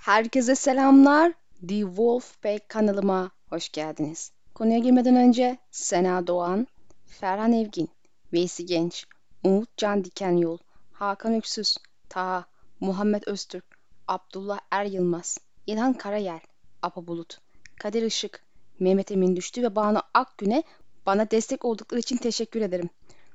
Herkese selamlar. The Wolf Pack kanalıma hoş geldiniz. Konuya girmeden önce Sena Doğan, Ferhan Evgin, Veysi Genç, Umut Can Dikenyol, Hakan Öksüz, Taha, Muhammed Öztürk, Abdullah Er Yılmaz, İlhan Karayel, Apa Bulut, Kadir Işık, Mehmet Emin Düştü ve Banu Akgün'e bana destek oldukları için teşekkür ederim.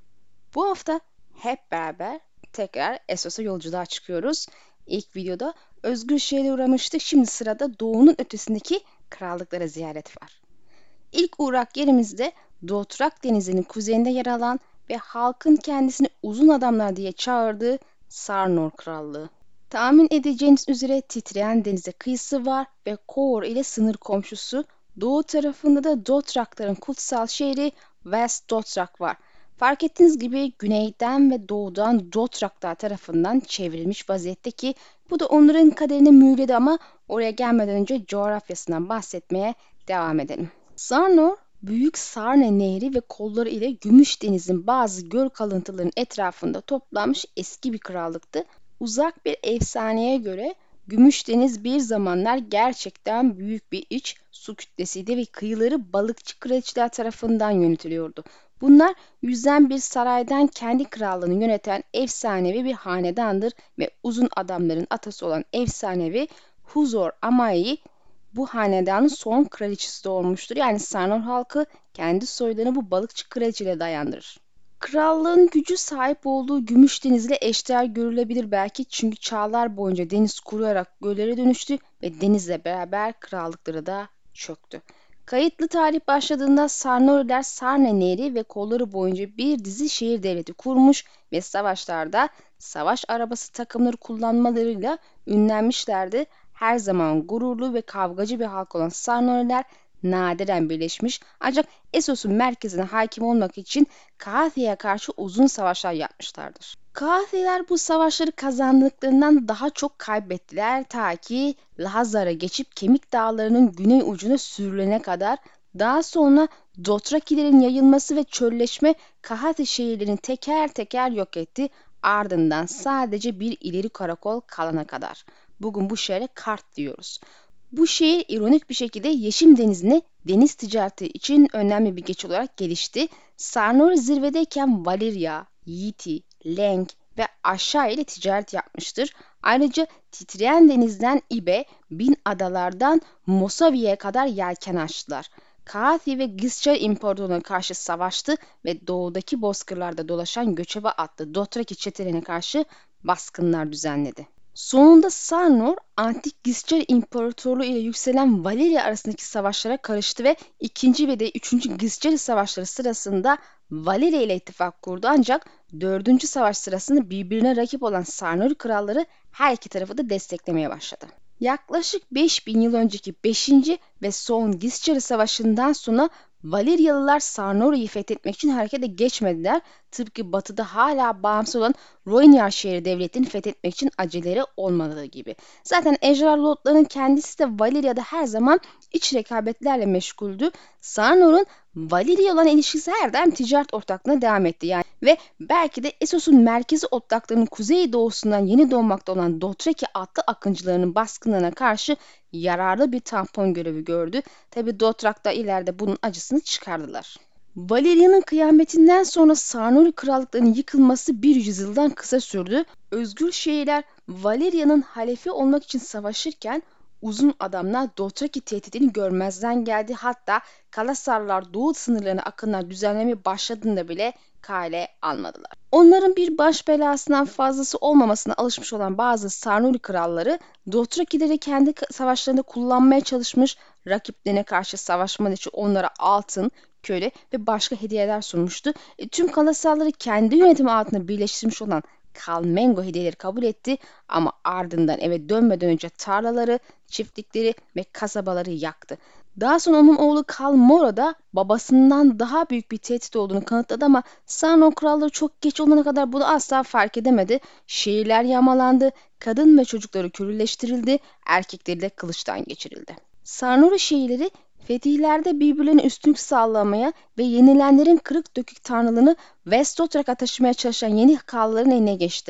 Bu hafta hep beraber tekrar Essos'a yolculuğa çıkıyoruz. İlk videoda Özgür Şehir'e uğramıştık. Şimdi sırada Doğu'nun ötesindeki krallıklara ziyaret var. İlk uğrak yerimizde Doğu Trak Denizi'nin kuzeyinde yer alan ve halkın kendisini uzun adamlar diye çağırdığı Sarnor Krallığı. Tahmin edeceğiniz üzere titreyen denize kıyısı var ve Koor ile sınır komşusu. Doğu tarafında da Dothrakların kutsal şehri West Dothrak var. Fark ettiğiniz gibi güneyden ve doğudan Dothraklar tarafından çevrilmiş vaziyette ki bu da onların kaderine mühürledi ama oraya gelmeden önce coğrafyasından bahsetmeye devam edelim. Sarnor, Büyük Sarne Nehri ve kolları ile Gümüş Deniz'in bazı göl kalıntılarının etrafında toplanmış eski bir krallıktı. Uzak bir efsaneye göre Gümüşdeniz bir zamanlar gerçekten büyük bir iç su kütlesiydi ve kıyıları balıkçı kraliçeler tarafından yönetiliyordu. Bunlar yüzen bir saraydan kendi krallığını yöneten efsanevi bir hanedandır ve uzun adamların atası olan efsanevi Huzor Amai bu hanedanın son kraliçesi de olmuştur. Yani Sarnor halkı kendi soylarını bu balıkçı kraliçeyle dayandırır. Krallığın gücü sahip olduğu Gümüşdeniz ile eşdeğer görülebilir belki çünkü çağlar boyunca deniz kuruyarak göllere dönüştü ve denizle beraber krallıkları da çöktü. Kayıtlı tarih başladığında Sarnoriler Sarne Nehri ve kolları boyunca bir dizi şehir devleti kurmuş ve savaşlarda savaş arabası takımları kullanmalarıyla ünlenmişlerdi. Her zaman gururlu ve kavgacı bir halk olan Sarnoriler nadiren birleşmiş ancak Essos'un merkezine hakim olmak için Kaathi'ye karşı uzun savaşlar yapmışlardır. Kaathiler bu savaşları kazandıklarından daha çok kaybettiler ta ki Lahazar'a geçip Kemik Dağları'nın güney ucuna sürülene kadar. Daha sonra Dothrakilerin yayılması ve çölleşme Kahathi şehirlerini teker teker yok etti. Ardından sadece bir ileri karakol kalana kadar. Bugün bu şehre Kart diyoruz. Bu şehir ironik bir şekilde Yeşim Denizi'ne deniz ticareti için önemli bir geç olarak gelişti. Sarnor zirvedeyken Valyria, Yiti, Leng ve aşağı ile ticaret yapmıştır. Ayrıca titreyen denizden İbe, Bin adalardan Mosavi'ye kadar yelken açtılar. Kaathi ve Giscar İmparatorluğu'na karşı savaştı ve doğudaki bozkırlarda dolaşan göçebe atlı Dothraki çetelerine karşı baskınlar düzenledi. Sonunda Sarnor, Antik Giscar İmparatorluğu ile yükselen Valyria arasındaki savaşlara karıştı ve 2. ve de 3. Giscar Savaşları sırasında Valyria ile ittifak kurdu ancak 4. Savaş sırasında birbirine rakip olan Sarnor kralları her iki tarafı da desteklemeye başladı. Yaklaşık 5000 yıl önceki 5. ve son Giscar Savaşı'ndan sonra Valyryalılar Sarnor'u fethetmek için harekete geçmediler. Tıpkı batıda hala bağımsız olan Rhoynar şehri devletini fethetmek için aceleleri olmadığı gibi. Zaten ejderha lordlarının kendisi de Valyria'da her zaman iç rekabetlerle meşguldü. Sarnor'un Valyria olan ilişkisi her daim ticaret ortaklığına devam etti. Yani ve belki de Essos'un merkezi otlaklarının kuzey doğusundan yeni doğmakta olan Dothraki atlı akıncılarının baskınlarına karşı yararlı bir tampon görevi gördü. Tabi Dothrak da ileride bunun acısını çıkardılar. Valeria'nın kıyametinden sonra Sarnori krallıklarının yıkılması bir yüzyıldan kısa sürdü. Özgür şehirler Valeria'nın halefi olmak için savaşırken uzun adamlar Dothraki tehdidini görmezden geldi. Hatta Kalasarlar doğu sınırlarına akınlar düzenlemeye başladığında bile kale almadılar. Onların bir baş belasından fazlası olmamasına alışmış olan bazı Sarnori kralları Dothrakileri kendi savaşlarında kullanmaya çalışmış, rakiplerine karşı savaşmaları için onlara altın, köle ve başka hediyeler sunmuştu. Tüm Kalasarları kendi yönetimi altında birleştirmiş olan Kalmengo hediyeleri kabul etti ama ardından eve dönmeden önce tarlaları, çiftlikleri ve kasabaları yaktı. Daha sonra onun oğlu Kalmoro da babasından daha büyük bir tehdit olduğunu kanıtladı ama Sarnor kralları çok geç olana kadar bunu asla fark edemedi. Şehirler yağmalandı, kadın ve çocukları körülleştirildi, erkekleri de kılıçtan geçirildi. Sarnor şehirleri fetihlerde birbirlerine üstünlük sağlamaya ve yenilenlerin kırık dökük tanrılığını West Dothrak'a taşımaya çalışan yeni kralların eline geçti.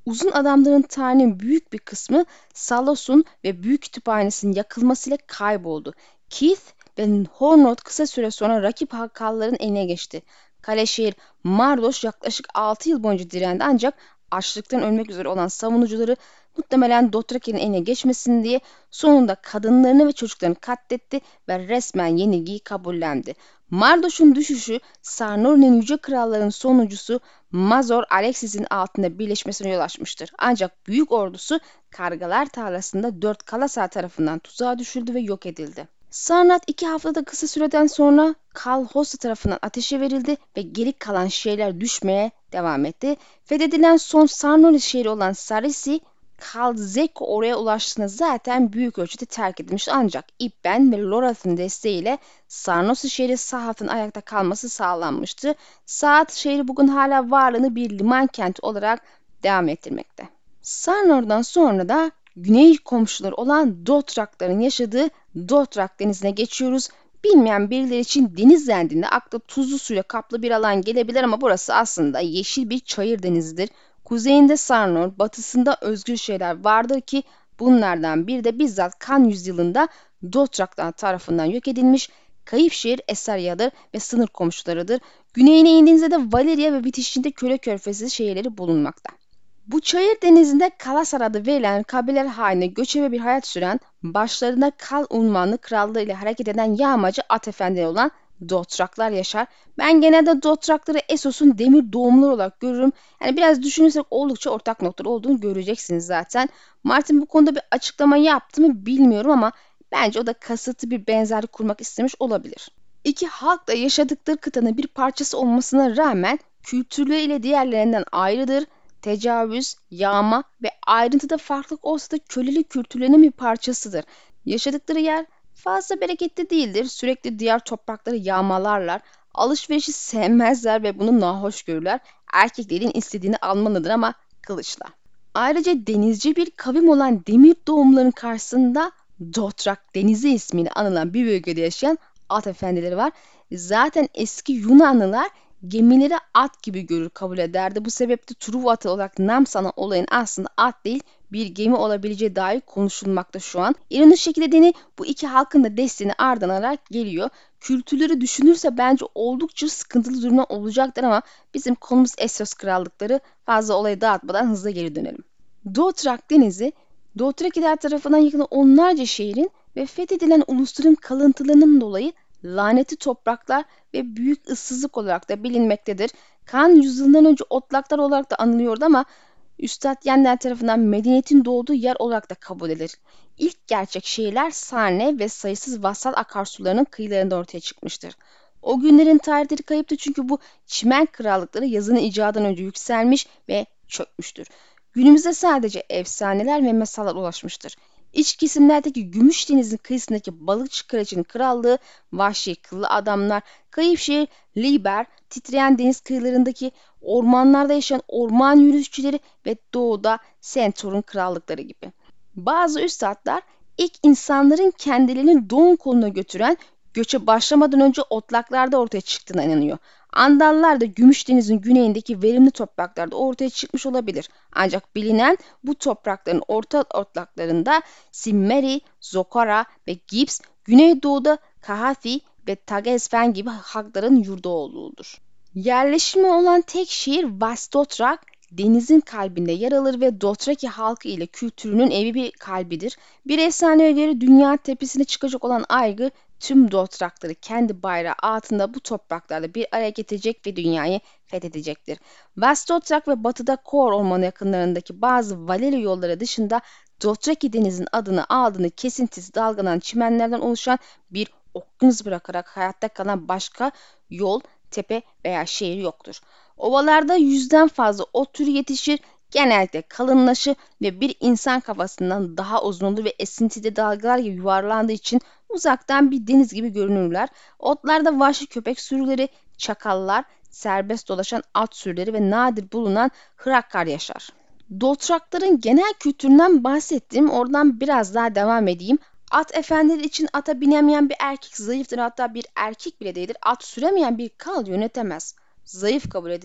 Uzun adamların tarihinin büyük bir kısmı Salos'un ve Büyük Kütüphanesi'nin yakılmasıyla kayboldu. Keith ve Hornot kısa süre sonra rakip Hakkalıların eline geçti. Kaleşehir Mardos yaklaşık 6 yıl boyunca direndi ancak açlıktan ölmek üzere olan savunucuları muhtemelen Dothraki'nin eline geçmesin diye sonunda kadınlarını ve çocuklarını katletti ve resmen yenilgiyi kabullendi. Mardos'un düşüşü Sarnori'nin yüce kralların sonuncusu Mazor Alexis'in altında birleşmesine yol açmıştır. Ancak büyük ordusu Kargalar Tarlası'nda 4 Kalasar tarafından tuzağa düşürdü ve yok edildi. Sarnat 2 haftada kısa süreden sonra Kalhosa tarafından ateşe verildi ve geri kalan şehirler düşmeye devam etti. Fethedilen son Sarnori şehri olan Sarisi, Kalzeko oraya ulaştığında zaten büyük ölçüde terk edilmişti ancak İbben ve Lorath'ın desteğiyle Sarnosi şehri Sahat'ın ayakta kalması sağlanmıştı. Saat şehri bugün hala varlığını bir liman kenti olarak devam ettirmekte. Sarnor'dan sonra da güney komşuları olan Dothrakların yaşadığı Dothrak denizine geçiyoruz. Bilmeyen birileri için deniz dendiğinde akla tuzlu suyla kaplı bir alan gelebilir ama burası aslında yeşil bir çayır denizidir. Kuzeyinde Sarnor, batısında özgür şehirler vardır ki bunlardan biri de bizzat Kan yüzyılında Dothraklar tarafından yok edilmiş kayıp şehir Esarya'dır ve sınır komşularıdır. Güneyine indiğinizde de Valeria ve bitişinde Köle Körfezi şehirleri bulunmakta. Bu çayır denizinde Kalasar adı verilen kabileler haline göçebe bir hayat süren, başlarında Kal unvanlı krallığı ile hareket eden yağmacı at efendileri olan Dothraklar yaşar. Ben genelde Dothrakları Essos'un demir doğumluları olarak görürüm. Yani biraz düşünürsek oldukça ortak noktalar olduğunu göreceksiniz zaten. Martin bu konuda bir açıklama yaptı mı bilmiyorum ama bence o da kasıtlı bir benzerlik kurmak istemiş olabilir. İki halk da yaşadıkları kıtanın bir parçası olmasına rağmen kültürleriyle diğerlerinden ayrıdır. Tecavüz, yağma ve ayrıntıda farklılık olsa da kölelik kültürlerinin bir parçasıdır. Yaşadıkları yer fazla bereketli değildir. Sürekli diğer toprakları yağmalarlar. Alışverişi sevmezler ve bunu nahoş görürler. Erkeklerin istediğini almalıdır ama kılıçla. Ayrıca denizci bir kavim olan demir doğumların karşısında Dothrak Denizi ismiyle anılan bir bölgede yaşayan at efendileri var. Zaten eski Yunanlılar gemileri at gibi görür kabul ederdi. Bu sebeple Truva atı olarak nam sanan olayın aslında at değil bir gemi olabileceği dair konuşulmakta şu an. İronik şekilde Deni bu iki halkın da desteğini ardından alarak geliyor. Kültürleri düşünürse bence oldukça sıkıntılı durumlar olacaktır ama bizim konumuz Essos krallıkları fazla olayı dağıtmadan hızla geri dönelim. Dothrak Denizi, Dothrakiler tarafından yıkılan onlarca şehrin ve fethedilen ulusların kalıntılarının dolayı lanetli topraklar ve büyük ıssızlık olarak da bilinmektedir. Kan yüzyılından önce otlaklar olarak da anılıyordu ama Üstad Yender tarafından medeniyetin doğduğu yer olarak da kabul edilir. İlk gerçek şehirler Sarne ve sayısız vassal akarsularının kıyılarında ortaya çıkmıştır. O günlerin tarihleri kayıptı çünkü bu çimen krallıkları yazının icadından önce yükselmiş ve çökmüştür. Günümüzde sadece efsaneler ve masallar ulaşmıştır. İç kesimlerdeki Gümüş Deniz'in kıyısındaki balıkçı kraliçenin krallığı, vahşi kıllı adamlar, kayıp şehir Liber, titreyen deniz kıyılarındaki ormanlarda yaşayan orman yürüyüşçüleri ve doğuda Centaur'un krallıkları gibi. Bazı üstadlar ilk insanların kendilerini doğum koluna götüren göçe başlamadan önce otlaklarda ortaya çıktığına inanıyor. Andallar da Gümüşdeniz'in güneyindeki verimli topraklarda ortaya çıkmış olabilir. Ancak bilinen bu toprakların orta otlaklarında Simmeri, Zokara ve Gibbs, Güneydoğu'da Kahafi ve Tagesfen gibi halkların yurdu olduğudur. Yerleşimi olan tek şehir Vastotrak, denizin kalbinde yer alır ve Dothraki halkı ile kültürünün evi bir kalbidir. Bir efsaneye göre dünya tepesine çıkacak olan Aygır tüm Dothrakları kendi bayrağı altında bu topraklarda bir araya getirecek ve dünyayı fethedecektir. Vastotrak ve batıda Kor ormanı yakınlarındaki bazı Valeri yolları dışında Dothraki denizin adını aldığını kesintisiz dalgalanan çimenlerden oluşan bir okyanus bırakarak hayatta kalan başka yol, tepe veya şehir yoktur. Ovalarda yüzden fazla ot türü yetişir, genellikle kalınlaşır ve bir insan kafasından daha uzun olur ve esintide dalgalar gibi yuvarlandığı için uzaktan bir deniz gibi görünürler. Otlarda vahşi köpek sürüleri, çakallar, serbest dolaşan at sürüleri ve nadir bulunan hırakkar yaşar. Dothrakların genel kültüründen bahsettim. Oradan biraz daha devam edeyim. At efendileri için ata binemeyen bir erkek zayıftır, hatta bir erkek bile değildir. At süremeyen bir kal yönetemez. Zayıf kabul edilir.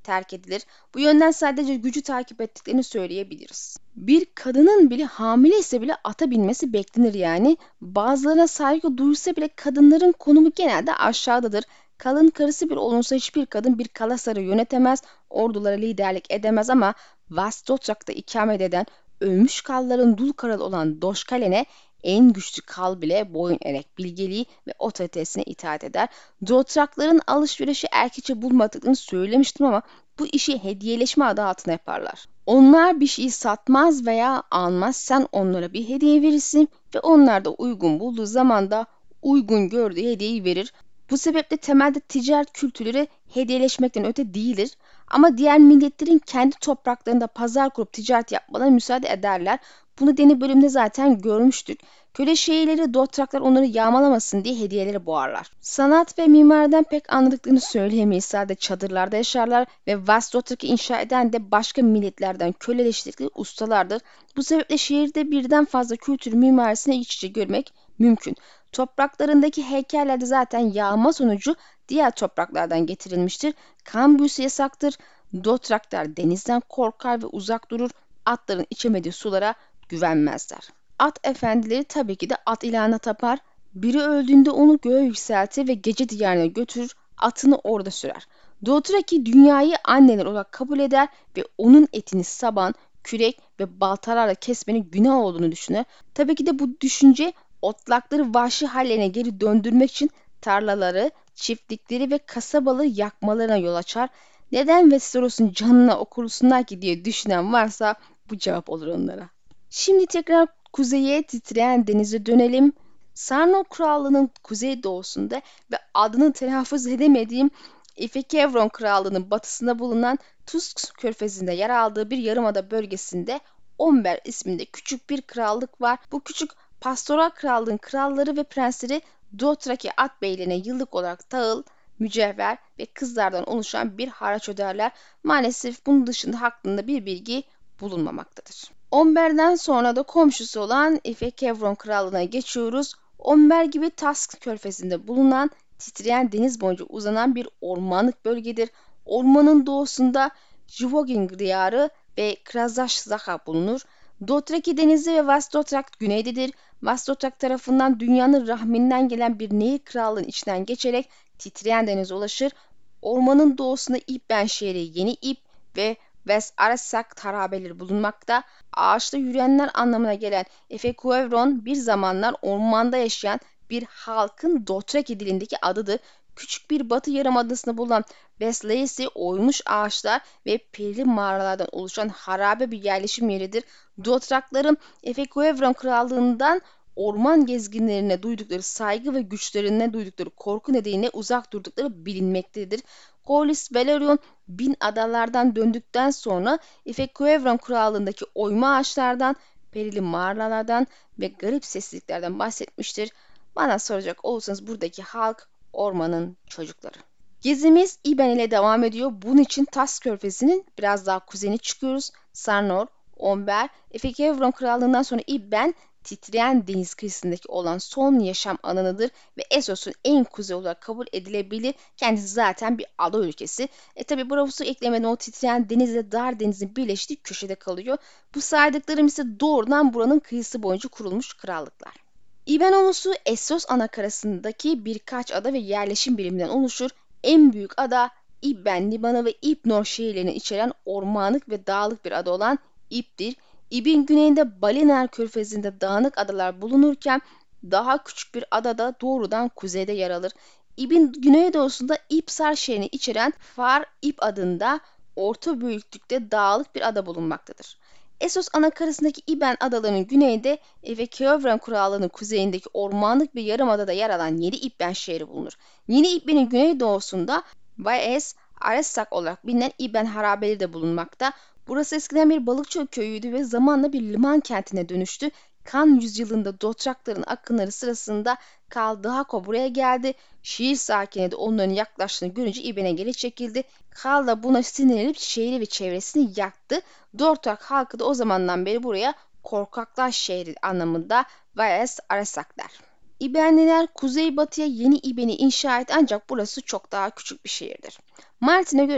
terk edilir. Bu yönden sadece gücü takip ettiklerini söyleyebiliriz. Bir kadının bile hamile ise bile ata binmesi beklenir yani. Bazılarına saygı duyulsa bile kadınların konumu genelde aşağıdadır. Kalın karısı bir olunsa hiçbir kadın bir kalasarı yönetemez, ordulara liderlik edemez ama Vastotrak'ta ikamet eden ölmüş kalların dul kralı olan Doşkalen'e en güçlü kal bile boyun eğerek bilgeliği ve otoritesine itaat eder. Dothrakların alışverişi erkekçe bulmadıklarını söylemiştim ama bu işi hediyeleşme adı altında yaparlar. Onlar bir şeyi satmaz veya almaz. Sen onlara bir hediye verirsin ve onlar da uygun bulduğu zaman da uygun gördüğü hediyeyi verir. Bu sebeple temelde ticaret kültürleri hediyeleşmekten öte değildir. Ama diğer milletlerin kendi topraklarında pazar kurup ticaret yapmalarına müsaade ederler. Bunu deni bölümde zaten görmüştük. Köle şeyleri Dothraklar onları yağmalamasın diye hediyeleri boğarlar. Sanat ve mimariden pek anladıklarını söyleyemeyiz. Sadece çadırlarda yaşarlar ve Vastotrak'ı inşa eden de başka milletlerden köleleştirdikleri ustalardır. Bu sebeple şehirde birden fazla kültür mimarisini iç içe görmek mümkün. Topraklarındaki heykellerde zaten yağma sonucu diğer topraklardan getirilmiştir. Kan büyüsü yasaktır. Dothraklar denizden korkar ve uzak durur. Atların içemediği sulara güvenmezler. At efendileri tabii ki de at ilahına tapar. Biri öldüğünde onu göğe yükseltir ve gece diyarına götürür, atını orada sürer. Dothraki dünyayı anneler olarak kabul eder ve onun etini saban, kürek ve baltalarla kesmenin günah olduğunu düşünür. Tabii ki de bu düşünce otlakları vahşi hallerine geri döndürmek için tarlaları, çiftlikleri ve kasabaları yakmalarına yol açar. Neden Westeros'un canına okusunlar ki diye düşünen varsa bu cevap olur onlara. Şimdi tekrar kuzeye titreyen denize dönelim. Sarno Krallığı'nın kuzeydoğusunda ve adını telaffuz edemediğim İfekevron Krallığı'nın batısında bulunan Tusk Körfezi'nde yer aldığı bir yarımada bölgesinde Omber isminde küçük bir krallık var. Bu küçük pastoral krallığın kralları ve prensleri Dothraki at beylerine yıllık olarak tahıl, mücevher ve kızlardan oluşan bir haraç öderler. Maalesef bunun dışında hakkında bir bilgi bulunmamaktadır. Omber'den sonra da komşusu olan İfekevron Krallığı'na geçiyoruz. Omber gibi Task Körfezi'nde bulunan titreyen deniz boyunca uzanan bir ormanlık bölgedir. Ormanın doğusunda Jvogin diyarı ve Krazaş Zaha bulunur. Dothraki denizi ve Vastotrak güneydedir. Vastotrak tarafından dünyanın rahminden gelen bir nehir krallığın içinden geçerek titreyen denize ulaşır. Ormanın doğusunda İbben şehri Yeni İp ve West Arsak harabeleri bulunmakta. Ağaçta yürüyenler anlamına gelen Efekuevron bir zamanlar ormanda yaşayan bir halkın Dothraki dilindeki adıdır. Küçük bir batı yarımadasında bulunan West Lacy oymuş ağaçlar ve perili mağaralardan oluşan harabe bir yerleşim yeridir. Dothrakların Efekuevron krallığından orman gezginlerine duydukları saygı ve güçlerine duydukları korku nedeniyle uzak durdukları bilinmektedir. Corlys Velaryon bin adalardan döndükten sonra İfeküevron krallığındaki oyma ağaçlardan, perili mağaralardan ve garip sesliliklerden bahsetmiştir. Bana soracak olursanız buradaki halk ormanın çocukları. Gezimiz İben ile devam ediyor. Bunun için Tas Körfezi'nin biraz daha kuzeyine çıkıyoruz. Sarnor, Omber, Efekevron krallığından sonra İben titreyen deniz kıyısındaki olan son yaşam alanıdır ve Essos'un en kuzey olarak kabul edilebilir. Kendisi zaten bir ada ülkesi. Tabi Braavos'u eklemeden o titreyen denizle dar denizin birleştiği köşede kalıyor. Bu saydıklarım ise doğrudan buranın kıyısı boyunca kurulmuş krallıklar. İben Ulusu Essos anakarasındaki birkaç ada ve yerleşim biriminden oluşur. En büyük ada İbben Limanı ve İbnor şehirlerini içeren ormanlık ve dağlık bir ada olan İb'dir. İb'in güneyinde Baliner Körfezi'nde dağınık adalar bulunurken daha küçük bir ada da doğrudan kuzeyde yer alır. İb'in güneydoğusunda İbsar şehrini içeren Far İb adında orta büyüklükte dağlık bir ada bulunmaktadır. Essos anakarasındaki İben adalarının güneyinde ve Keovran Krallığı'nın kuzeyindeki ormanlık bir yarımadada yer alan Yeni İbben şehri bulunur. Yeni İbben'in güneydoğusunda Baes Aresak olarak bilinen İben harabeleri de bulunmakta. Burası eskiden bir balıkçı köyüydü ve zamanla bir liman kentine dönüştü. Kan yüzyılında Dothrakların akınları sırasında Kal Dahako buraya geldi. Şehir sakini de onların yaklaştığını görünce İben'e geri çekildi. Kal da buna sinirlenip şehri ve çevresini yaktı. Dothrak halkı da o zamandan beri buraya korkaklar şehri anlamında Vaes Arasak der. İbenliler kuzeybatıya Yeni İben'i inşa etti ancak burası çok daha küçük bir şehirdir. Martin'e göre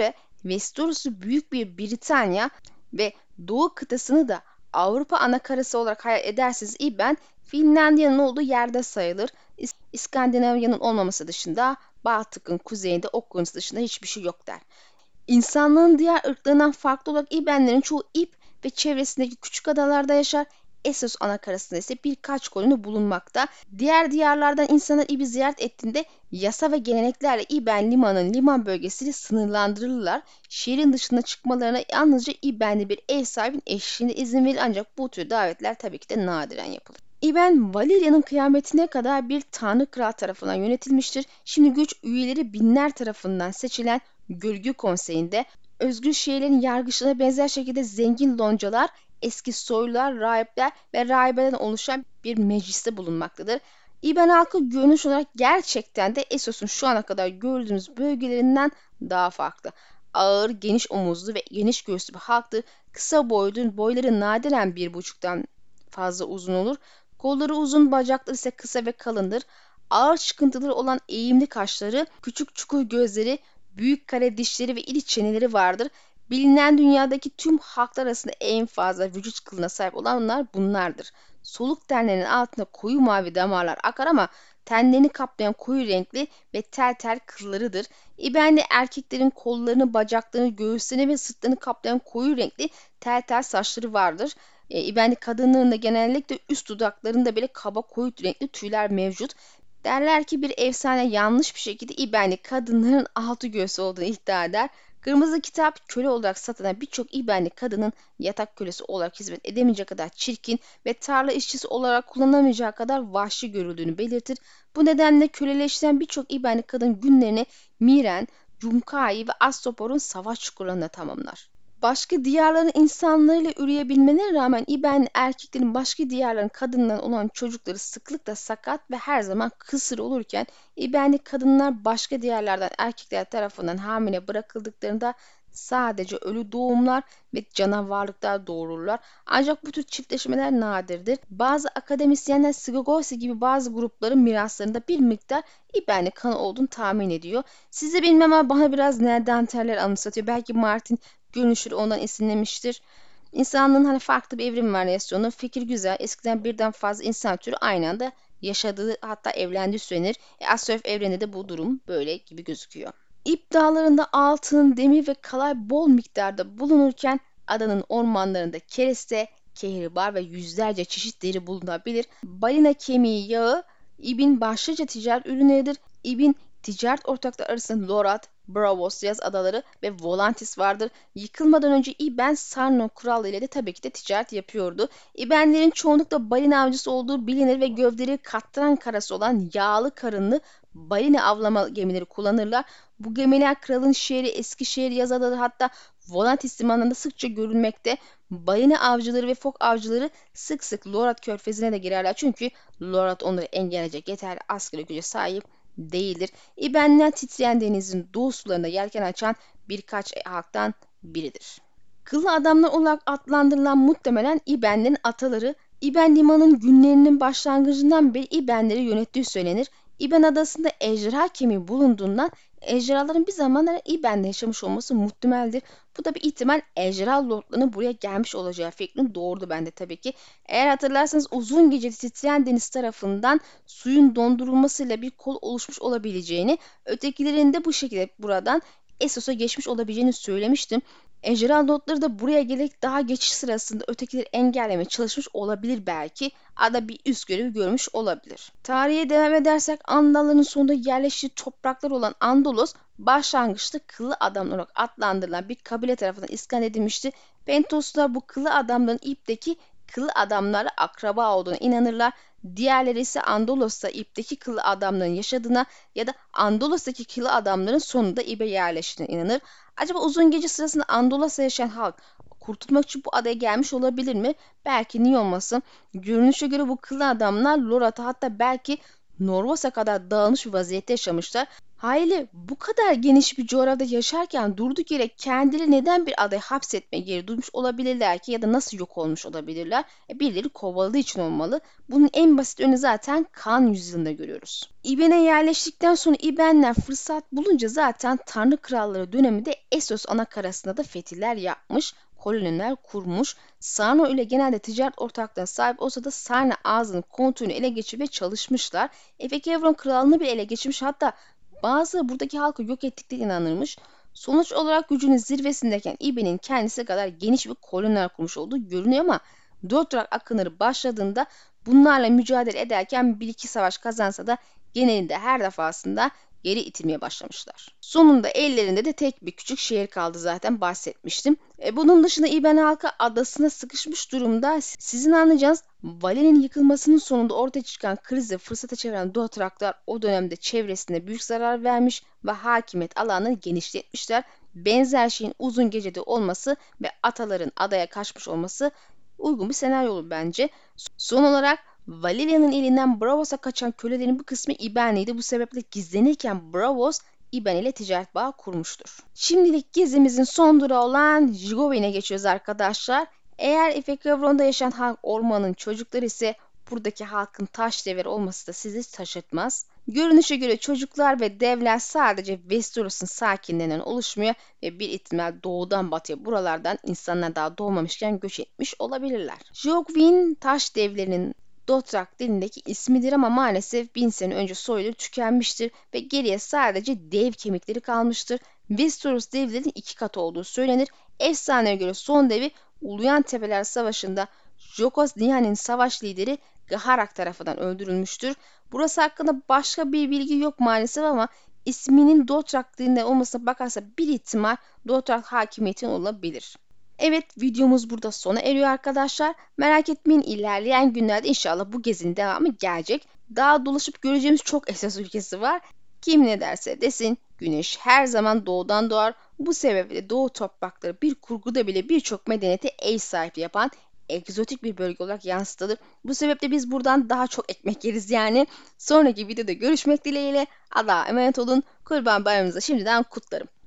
Vestoros'u büyük bir Britanya ve Doğu kıtasını da Avrupa anakarası olarak hayal ederseniz İben, Finlandiya'nın olduğu yerde sayılır. İskandinavya'nın olmaması dışında Baltık'ın kuzeyinde okyanus dışında hiçbir şey yok der. İnsanlığın diğer ırklarından farklı olarak İbenlerin çoğu İp ve çevresindeki küçük adalarda yaşar. Essos anakarasında ise birkaç koloni bulunmakta. Diğer diyarlardan insanlar İb'i ziyaret ettiğinde yasa ve geleneklerle İben limanının liman bölgesiyle sınırlandırılırlar. Şehrin dışına çıkmalarına yalnızca İbenli bir ev sahibinin eşliğinde izin verilir, ancak bu tür davetler tabii ki de nadiren yapılır. İben, Valeria'nın kıyametine kadar bir tanrı kral tarafından yönetilmiştir. Şimdi güç üyeleri binler tarafından seçilen Gölge Konseyi'nde özgür şehirlerin yargıçlarına benzer şekilde zengin loncalar, eski soylular, rahipler ve rahibeden oluşan bir mecliste bulunmaktadır. İben halkı görünüş olarak gerçekten de Essos'un şu ana kadar gördüğümüz bölgelerinden daha farklı. Ağır, geniş omuzlu ve geniş göğüslü bir halktır. Kısa boylu, boyları nadiren 1,5'tan fazla uzun olur. Kolları uzun, bacakları ise kısa ve kalındır. Ağır çıkıntıları olan eğimli kaşları, küçük çukur gözleri, büyük kare dişleri ve iri çeneleri vardır. Bilinen dünyadaki tüm halklar arasında en fazla vücut kılına sahip olanlar bunlardır. Soluk tenlerinin altında koyu mavi damarlar akar ama tenlerini kaplayan koyu renkli ve tel tel kıllarıdır. İbenli erkeklerin kollarını, bacaklarını, göğüslerini ve sırtlarını kaplayan koyu renkli tel tel saçları vardır. İbenli kadınların da genellikle üst dudaklarında bile kaba koyu renkli tüyler mevcut. Derler ki bir efsane yanlış bir şekilde İbenli kadınların altı göğsü olduğunu iddia eder. Kırmızı Kitap, köle olarak satılan birçok İbenli kadının yatak kölesi olarak hizmet edemeyecek kadar çirkin ve tarla işçisi olarak kullanamayacağı kadar vahşi görüldüğünü belirtir. Bu nedenle köleleştiren birçok İbenli kadın günlerini Miren, Yumkai ve Astopor'un savaş çukurlarında tamamlar. Başka diyarların insanlarıyla üreyebilmelerine rağmen İbenli erkeklerin başka diyarların kadınlarından olan çocukları sıklıkla sakat ve her zaman kısır olurken, İbenli kadınlar başka diyarlardan erkekler tarafından hamile bırakıldıklarında sadece ölü doğumlar ve canavarlıklar doğururlar. Ancak bu tür çiftleşmeler nadirdir. Bazı akademisyenler Sigogossi gibi bazı grupların miraslarında bir miktar İbenli kanı olduğunu tahmin ediyor. Size bilmem ama bana biraz Neandertaller anımsatıyor. Belki Martin görünüşü ondan esinlemiştir. İnsanlığın hani farklı bir evrim varyasyonu. Fikir güzel. Eskiden birden fazla insan türü aynı anda yaşadığı, hatta evlendiği söylenir. Asyaf evreninde de bu durum böyle gibi gözüküyor. İp dağlarında altın, demir ve kalay bol miktarda bulunurken adanın ormanlarında kereste, kehribar ve yüzlerce çeşit deri bulunabilir. Balina kemiği yağı İb'in başlıca ticaret ürünleridir. İb'in ticaret ortakları arasında Lorat, Bravos yaz adaları ve Volantis vardır. Yıkılmadan önce İben Sarno kralı ile de tabii ki de ticaret yapıyordu. İbenlerin çoğunlukla balina avcısı olduğu bilinir ve gövdeleri katran karası olan yağlı karınlı balina avlama gemileri kullanırlar. Bu gemiler kralın şehri Eskişehir yaz adaları, hatta Volantis limanlarında sıkça görülmekte. Balina avcıları ve fok avcıları sık sık Lorat körfezine de girerler, çünkü Lorat onları engelleyecek yeterli askeri güce sahip değildir. İbenler titreyen denizin doğu sularında yelken açan birkaç halktan biridir. Kıllı adamlar olarak adlandırılan muhtemelen İbenlerin ataları, İben limanının günlerinin başlangıcından beri İbenleri yönettiği söylenir. İben adasında ejderha kemiği bulunduğundan ejderhaların bir zamanlar İben'de yaşamış olması muhtemeldir. Bu da bir ihtimal, ejderha lordlarının buraya gelmiş olacağı fikrini doğurdu bende tabii ki. Eğer hatırlarsanız uzun gece titreyen deniz tarafından suyun dondurulmasıyla bir kol oluşmuş olabileceğini, ötekilerin de bu şekilde buradan Essos'a geçmiş olabileceğini söylemiştim. Ejderha lordları da buraya gelerek daha geçiş sırasında ötekileri engellemeye çalışmış olabilir belki. Ada bir üst görevi görmüş olabilir. Tarihe devam edersek, Andalların sonunda yerleştiği topraklar olan Andalos, başlangıçta kıllı adamlar olarak adlandırılan bir kabile tarafından iskan edilmişti. Pentoslar bu kıllı adamların İp'teki kıllı adamlarla akraba olduğuna inanırlar. Diğerleri ise Andalos'ta İp'teki kıllı adamların yaşadığına ya da Andalos'taki kıllı adamların sonunda İp'e yerleştiğine inanır. Acaba uzun gece sırasında Andalos'ta yaşayan halk kurtulmak için bu adaya gelmiş olabilir mi? Belki, niye olmasın? Görünüşe göre bu kıllı adamlar Lorat'a, hatta belki Norvas'a kadar dağılmış bir vaziyette yaşamışlar. Haliyle bu kadar geniş bir coğrafyada yaşarken durduk yere kendileri neden bir adaya hapsetme geri duymuş olabilirler ki ya da nasıl yok olmuş olabilirler? Birileri kovaladığı için olmalı. Bunun en basit örneği zaten Kan Yüzyılı'nda görüyoruz. İben'e yerleştikten sonra İbenler fırsat bulunca zaten Tanrı Kralları döneminde Essos anakarasında da fetihler yapmış, koloniler kurmuş. Sarno ile genelde ticaret ortaklığına sahip olsa da Sarna ağzının kontrolünü ele geçirmeye çalışmışlar. Efekevron krallığını bir ele geçirmiş, hatta bazı buradaki halkı yok ettikleri inanılmış. Sonuç olarak gücünün zirvesindeyken İbe'nin kendisi kadar geniş bir koloniler kurmuş olduğu görünüyor ama Dothraki akınları başladığında bunlarla mücadele ederken bir iki savaş kazansa da genelinde her defasında geri itilmeye başlamışlar. Sonunda ellerinde de tek bir küçük şehir kaldı, zaten bahsetmiştim. Bunun dışında İben halkı adasına sıkışmış durumda. Sizin anlayacağınız Vali'nin yıkılmasının sonunda ortaya çıkan krizi fırsata çeviren Dothraklar o dönemde çevresine büyük zarar vermiş ve hakimiyet alanını genişletmişler. Benzer şeyin uzun gecede olması ve ataların adaya kaçmış olması uygun bir senaryo olur bence. Son olarak Valeria'nın elinden Bravos'a kaçan kölelerin bir kısmı İbenliydi. Bu sebeple gizlenirken Bravos İben ile ticaret bağı kurmuştur. Şimdilik gezimizin son durağı olan Jigovin'e geçiyoruz arkadaşlar. Eğer Efekavron'da yaşayan halk ormanın çocukları ise buradaki halkın taş devleri olması da sizi şaşırtmaz. Görünüşe göre çocuklar ve devler sadece Westeros'un sakinlerinden oluşmuyor ve bir ihtimal doğudan batıya buralardan insanlar daha doğmamışken göç etmiş olabilirler. Jogwin taş devlerinin Dothraki dilindeki ismidir ama maalesef 1000 sene önce soyları tükenmiştir ve geriye sadece dev kemikleri kalmıştır. Westeros devlerinin 2 katı olduğu söylenir. Efsaneye göre son devi Uluyan Tepeler Savaşı'nda Jokos Nihane'nin savaş lideri Gaharak tarafından öldürülmüştür. Burası hakkında başka bir bilgi yok maalesef ama isminin Dothraki dilinde olmasına bakarsa bir ihtimal Dothraki hakimiyeti olabilir. Evet, videomuz burada sona eriyor arkadaşlar. Merak etmeyin, ilerleyen günlerde inşallah bu gezinin devamı gelecek. Daha dolaşıp göreceğimiz çok Essos ülkesi var. Kim ne derse desin güneş her zaman doğudan doğar. Bu sebeple doğu toprakları bir kurguda bile birçok medeniyete ev sahipliği yapan egzotik bir bölge olarak yansıtılır. Bu sebeple biz buradan daha çok ekmek yeriz yani. Sonraki videoda görüşmek dileğiyle. Allah'a emanet olun. Kurban Bayramınızı şimdiden kutlarım.